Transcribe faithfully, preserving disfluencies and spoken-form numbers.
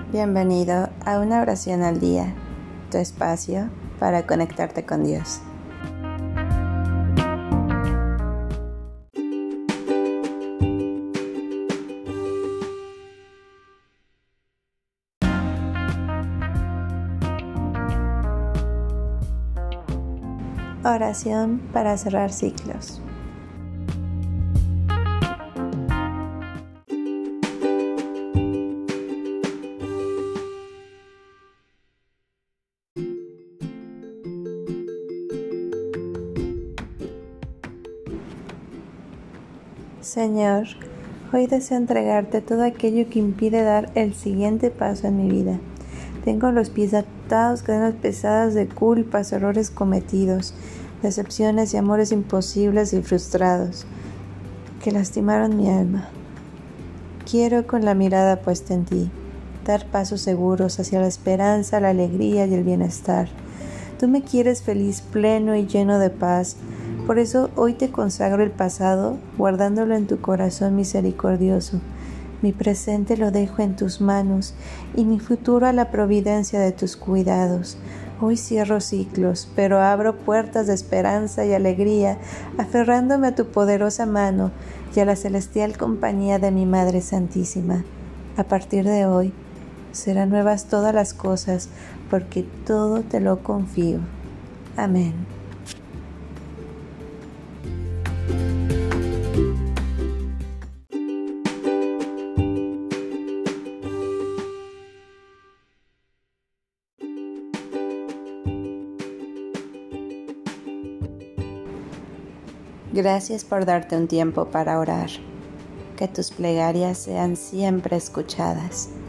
Bienvenido a una oración al día, tu espacio para conectarte con Dios. Oración para cerrar ciclos. Señor, hoy deseo entregarte todo aquello que impide dar el siguiente paso en mi vida. Tengo los pies atados, cadenas pesadas de culpas, errores cometidos, decepciones y amores imposibles y frustrados que lastimaron mi alma. Quiero, con la mirada puesta en ti, dar pasos seguros hacia la esperanza, la alegría y el bienestar. Tú me quieres feliz, pleno y lleno de paz. Por eso hoy te consagro el pasado, guardándolo en tu corazón misericordioso. Mi presente lo dejo en tus manos y mi futuro a la providencia de tus cuidados. Hoy cierro ciclos, pero abro puertas de esperanza y alegría, aferrándome a tu poderosa mano y a la celestial compañía de mi Madre Santísima. A partir de hoy, serán nuevas todas las cosas, porque todo te lo confío. Amén. Gracias por darte un tiempo para orar. Que tus plegarias sean siempre escuchadas.